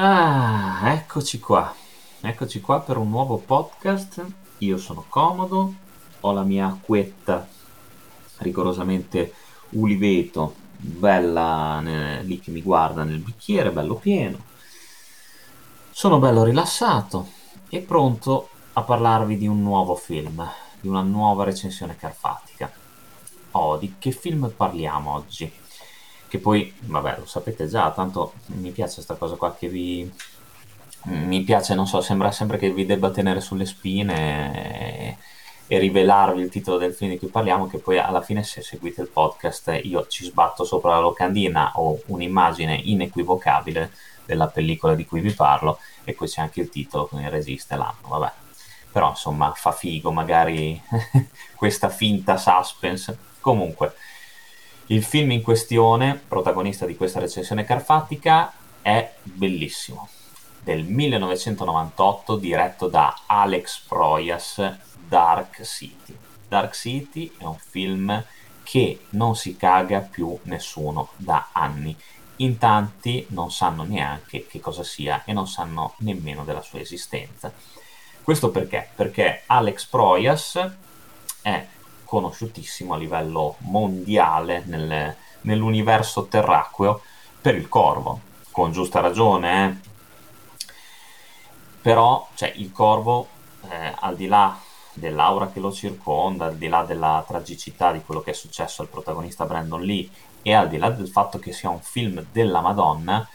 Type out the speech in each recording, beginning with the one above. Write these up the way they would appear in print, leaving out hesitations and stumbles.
Eccoci qua. Eccoci qua per un nuovo podcast. Io sono comodo, ho la mia acquetta rigorosamente uliveto, bella lì che mi guarda nel bicchiere, bello pieno. Sono bello rilassato e pronto a parlarvi di un nuovo film, di una nuova recensione carfatica. Oh, di che film parliamo oggi? Che poi, vabbè, lo sapete già, tanto mi piace sta cosa qua che vi... Mi piace, non so, sembra sempre che vi debba tenere sulle spine e rivelarvi il titolo del film di cui parliamo, che poi alla fine se seguite il podcast io ci sbatto sopra la locandina o un'immagine inequivocabile della pellicola di cui vi parlo e poi c'è anche il titolo con il resiste l'anno, vabbè. Però insomma fa figo magari questa finta suspense. Comunque, il film in questione, protagonista di questa recensione carfatica, è bellissimo. Del 1998, diretto da Alex Proyas, Dark City. Dark City è un film che non si caga più nessuno da anni. In tanti non sanno neanche che cosa sia e non sanno nemmeno della sua esistenza. Questo perché? Perché Alex Proyas è conosciutissimo a livello mondiale nell'universo terracqueo per Il Corvo, con giusta ragione, però cioè, Il Corvo, al di là dell'aura che lo circonda, al di là della tragicità di quello che è successo al protagonista Brandon Lee e al di là del fatto che sia un film della Madonna,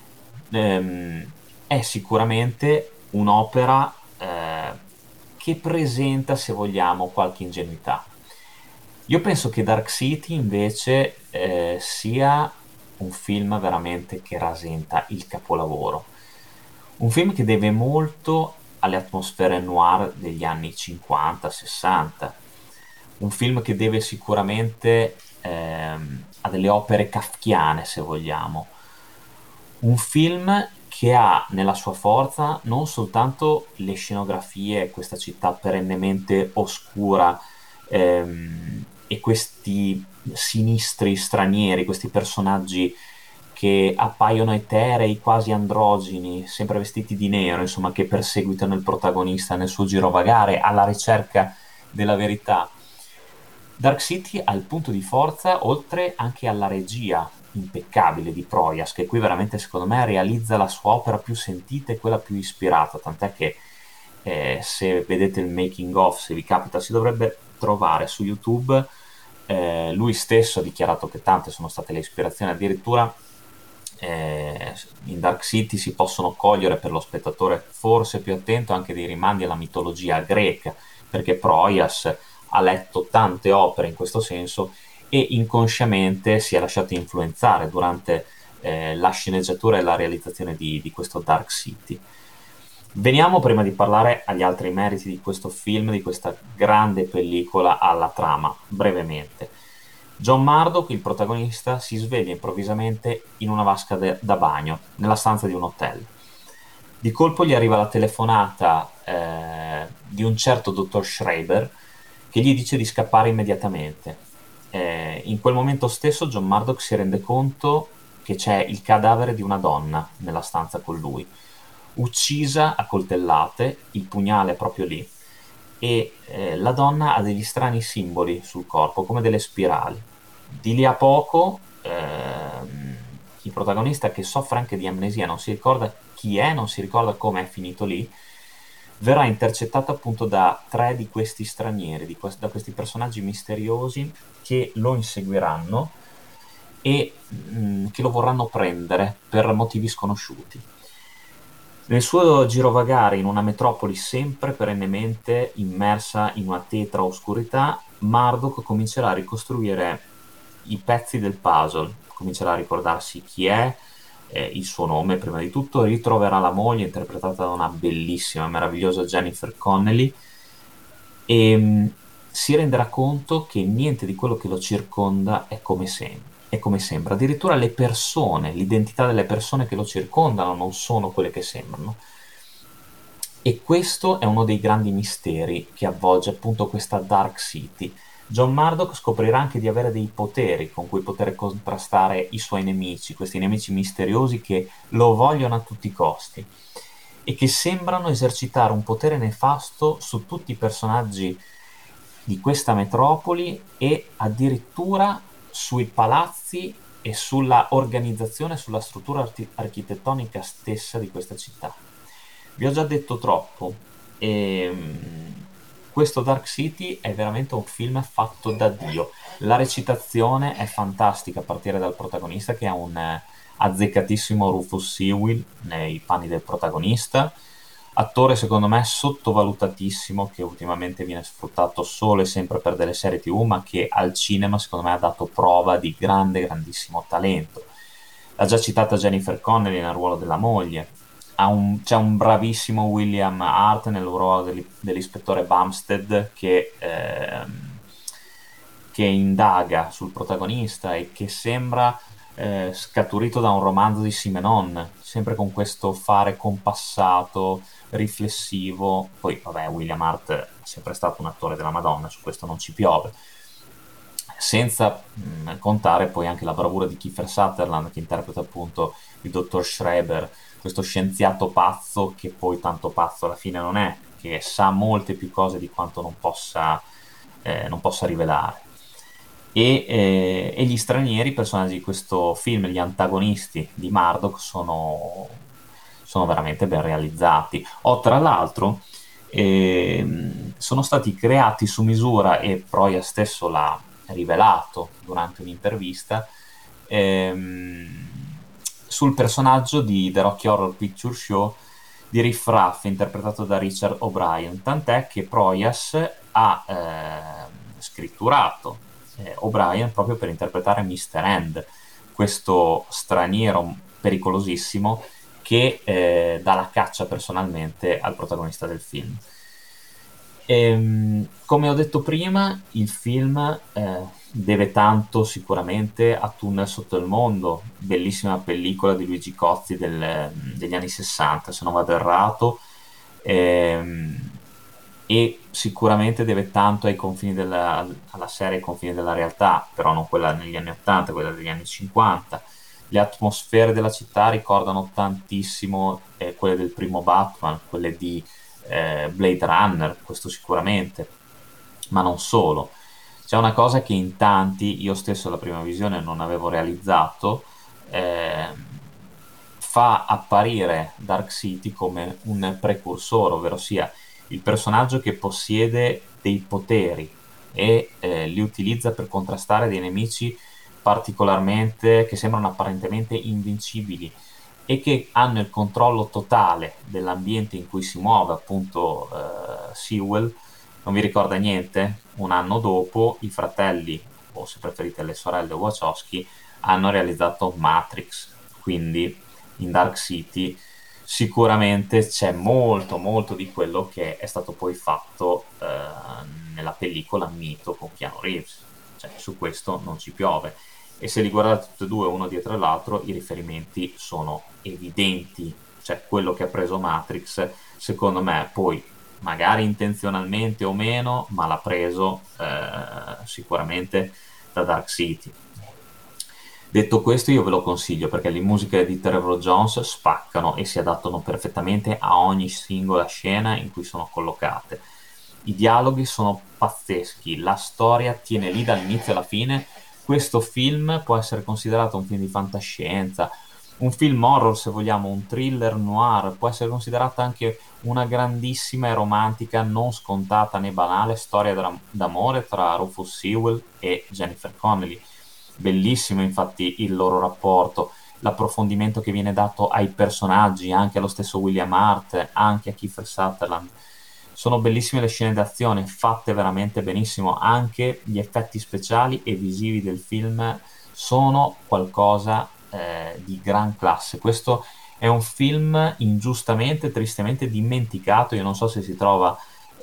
è sicuramente un'opera che presenta, se vogliamo, qualche ingenuità. Io penso che Dark City invece sia un film veramente che rasenta il capolavoro. Un film che deve molto alle atmosfere noir degli anni 50-60. Un film che deve sicuramente a delle opere kafkiane, se vogliamo. Un film che ha nella sua forza non soltanto le scenografie, questa città perennemente oscura, e questi sinistri stranieri, questi personaggi che appaiono eterei, quasi androgini, sempre vestiti di nero, insomma, che perseguitano il protagonista nel suo girovagare alla ricerca della verità. Dark City ha il punto di forza, oltre anche alla regia impeccabile di Proyas, che qui veramente secondo me realizza la sua opera più sentita e quella più ispirata, tant'è che se vedete il making of, se vi capita, si dovrebbe trovare su YouTube. Lui stesso ha dichiarato che tante sono state le ispirazioni, addirittura in Dark City si possono cogliere per lo spettatore forse più attento anche dei rimandi alla mitologia greca, perché Proias ha letto tante opere in questo senso e inconsciamente si è lasciato influenzare durante la sceneggiatura e la realizzazione di questo Dark City. Veniamo prima di parlare agli altri meriti di questo film, di questa grande pellicola, alla trama, brevemente. John Murdoch, il protagonista, si sveglia improvvisamente in una vasca da bagno, nella stanza di un hotel. Di colpo gli arriva la telefonata di un certo dottor Schreiber che gli dice di scappare immediatamente. In quel momento stesso John Murdoch si rende conto che c'è il cadavere di una donna nella stanza con lui, uccisa a coltellate, il pugnale è proprio lì, e la donna ha degli strani simboli sul corpo, come delle spirali. Di lì a poco il protagonista, che soffre anche di amnesia, non si ricorda chi è, non si ricorda come è finito lì, verrà intercettato appunto da tre di questi stranieri, da questi personaggi misteriosi che lo inseguiranno e che lo vorranno prendere per motivi sconosciuti. Nel suo girovagare in una metropoli sempre perennemente immersa in una tetra oscurità, Murdoch comincerà a ricostruire i pezzi del puzzle, comincerà a ricordarsi chi è, il suo nome prima di tutto, ritroverà la moglie interpretata da una bellissima, meravigliosa Jennifer Connelly e si renderà conto che niente di quello che lo circonda è come sempre. È come sembra, addirittura le persone, l'identità delle persone che lo circondano non sono quelle che sembrano. E questo è uno dei grandi misteri che avvolge appunto questa Dark City. John Murdoch scoprirà anche di avere dei poteri con cui poter contrastare i suoi nemici, questi nemici misteriosi che lo vogliono a tutti i costi e che sembrano esercitare un potere nefasto su tutti i personaggi di questa metropoli e addirittura sui palazzi e sulla organizzazione, sulla struttura architettonica stessa di questa città. Vi ho già detto troppo e questo Dark City è veramente un film fatto da Dio. La recitazione è fantastica a partire dal protagonista che è un azzeccatissimo Rufus Sewell nei panni del protagonista, attore secondo me sottovalutatissimo che ultimamente viene sfruttato solo e sempre per delle serie TV, ma che al cinema secondo me ha dato prova di grandissimo talento. La già citata Jennifer Connelly nel ruolo della moglie, c'è un bravissimo William Hart nel ruolo dell'ispettore Bumstead che indaga sul protagonista e che sembra scaturito da un romanzo di Simenon, sempre con questo fare compassato, riflessivo. Poi, vabbè, William Hart è sempre stato un attore della Madonna, su questo non ci piove. Senza contare poi anche la bravura di Kiefer Sutherland che interpreta appunto il dottor Schreber, questo scienziato pazzo che poi tanto pazzo alla fine non è, che sa molte più cose di quanto non possa rivelare. E gli stranieri, i personaggi di questo film, gli antagonisti di Murdoch, sono veramente ben realizzati. Tra l'altro, sono stati creati su misura, e Proia stesso l'ha rivelato durante un'intervista, ehm, sul personaggio di The Rocky Horror Picture Show di Riff Raff, interpretato da Richard O'Brien, tant'è che Proyas ha scritturato O'Brien proprio per interpretare Mr. End, questo straniero pericolosissimo che dà la caccia personalmente al protagonista del film. Come ho detto prima, il film deve tanto sicuramente a Tunnel sotto il mondo, bellissima pellicola di Luigi Cozzi degli anni 60, se non vado errato, ehm, e sicuramente deve tanto alla serie ai confini della realtà, però non quella negli anni 80, quella degli anni 50. Le atmosfere della città ricordano tantissimo quelle del primo Batman, quelle di Blade Runner, questo sicuramente, ma non solo. C'è una cosa che in tanti, io stesso alla prima visione non avevo realizzato, fa apparire Dark City come un precursore, ovvero sia il personaggio che possiede dei poteri e li utilizza per contrastare dei nemici particolarmente che sembrano apparentemente invincibili e che hanno il controllo totale dell'ambiente in cui si muove, appunto Sewell non vi ricorda niente? Un anno dopo i fratelli, o se preferite le sorelle Wachowski, hanno realizzato Matrix, quindi in Dark City sicuramente c'è molto di quello che è stato poi fatto nella pellicola Mito con Keanu Reeves, cioè su questo non ci piove. E se li guardate tutti e due uno dietro l'altro i riferimenti sono evidenti, cioè quello che ha preso Matrix secondo me poi magari intenzionalmente o meno, ma l'ha preso sicuramente da Dark City. Detto questo, io ve lo consiglio perché le musiche di Trevor Jones spaccano e si adattano perfettamente a ogni singola scena in cui sono collocate. I dialoghi sono pazzeschi, la storia tiene lì dall'inizio alla fine. Questo film può essere considerato un film di fantascienza, un film horror se vogliamo, un thriller noir, può essere considerata anche una grandissima e romantica, non scontata né banale storia d'amore tra Rufus Sewell e Jennifer Connelly. Bellissimo infatti il loro rapporto, l'approfondimento che viene dato ai personaggi, anche allo stesso William Hart, anche a Kiefer Sutherland. Sono bellissime le scene d'azione, fatte veramente benissimo, anche gli effetti speciali e visivi del film sono qualcosa di gran classe. Questo è un film ingiustamente, tristemente dimenticato, io non so se si trova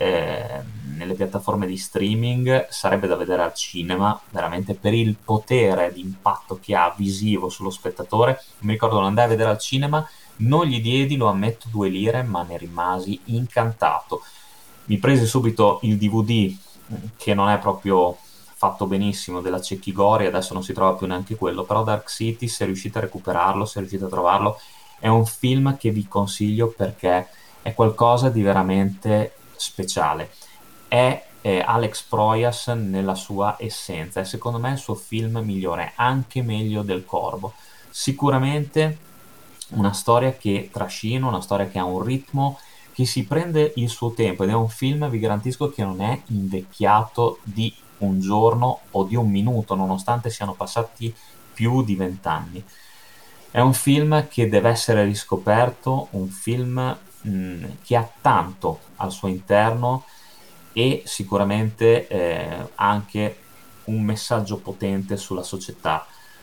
nelle piattaforme di streaming, sarebbe da vedere al cinema, veramente per il potere di impatto che ha visivo sullo spettatore. Mi ricordo lo andai a vedere al cinema, non gli diedi, lo ammetto, 2 lire, ma ne rimasi incantato. Mi presi subito il DVD, che non è proprio fatto benissimo della Cecchi Gori, adesso non si trova più neanche quello, però Dark City, se riuscite a recuperarlo, se riuscite a trovarlo, è un film che vi consiglio perché è qualcosa di veramente speciale. È Alex Proyas nella sua essenza, e secondo me è il suo film migliore, anche meglio del Corvo. Sicuramente una storia che trascina, una storia che ha un ritmo, che si prende il suo tempo, ed è un film, vi garantisco, che non è invecchiato di un giorno o di un minuto, nonostante siano passati più di 20 anni. È un film che deve essere riscoperto, un film che ha tanto al suo interno, e sicuramente anche un messaggio potente sulla società.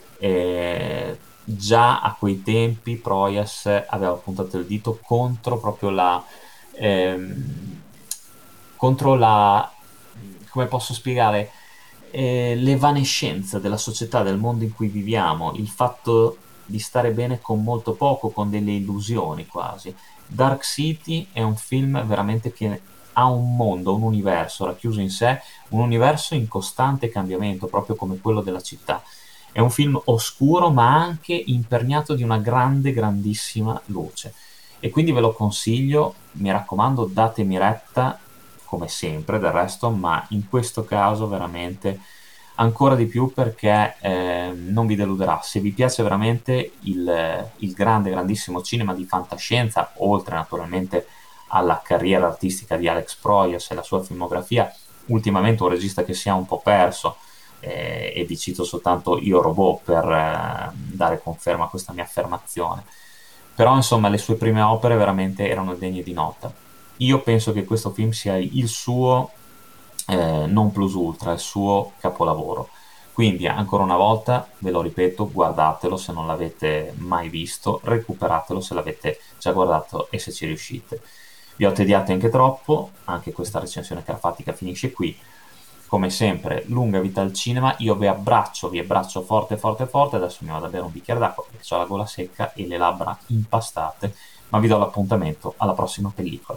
Già a quei tempi Proyas aveva puntato il dito contro proprio ehm, contro come posso spiegare, l'evanescenza della società, del mondo in cui viviamo, il fatto di stare bene con molto poco, con delle illusioni quasi. Dark City è un film veramente che ha un mondo, un universo racchiuso in sé, un universo in costante cambiamento, proprio come quello della città. È un film oscuro, ma anche imperniato di una grande, grandissima luce. E quindi ve lo consiglio, mi raccomando, datemi retta, come sempre del resto, ma in questo caso veramente ancora di più, perché non vi deluderà. Se vi piace veramente il grande, grandissimo cinema di fantascienza, oltre naturalmente alla carriera artistica di Alex Proyas e la sua filmografia, ultimamente un regista che si è un po' perso, e vi cito soltanto Io Robot per dare conferma a questa mia affermazione. Però insomma le sue prime opere veramente erano degne di nota. Io penso che questo film sia il suo non plus ultra, il suo capolavoro. Quindi ancora una volta, ve lo ripeto, guardatelo se non l'avete mai visto, recuperatelo se l'avete già guardato e se ci riuscite. Vi ho tediati anche troppo, anche questa recensione carfatica finisce qui. Come sempre, lunga vita al cinema, io vi abbraccio forte forte forte, adesso mi vado a bere un bicchiere d'acqua perché ho la gola secca e le labbra impastate, ma vi do l'appuntamento alla prossima pellicola.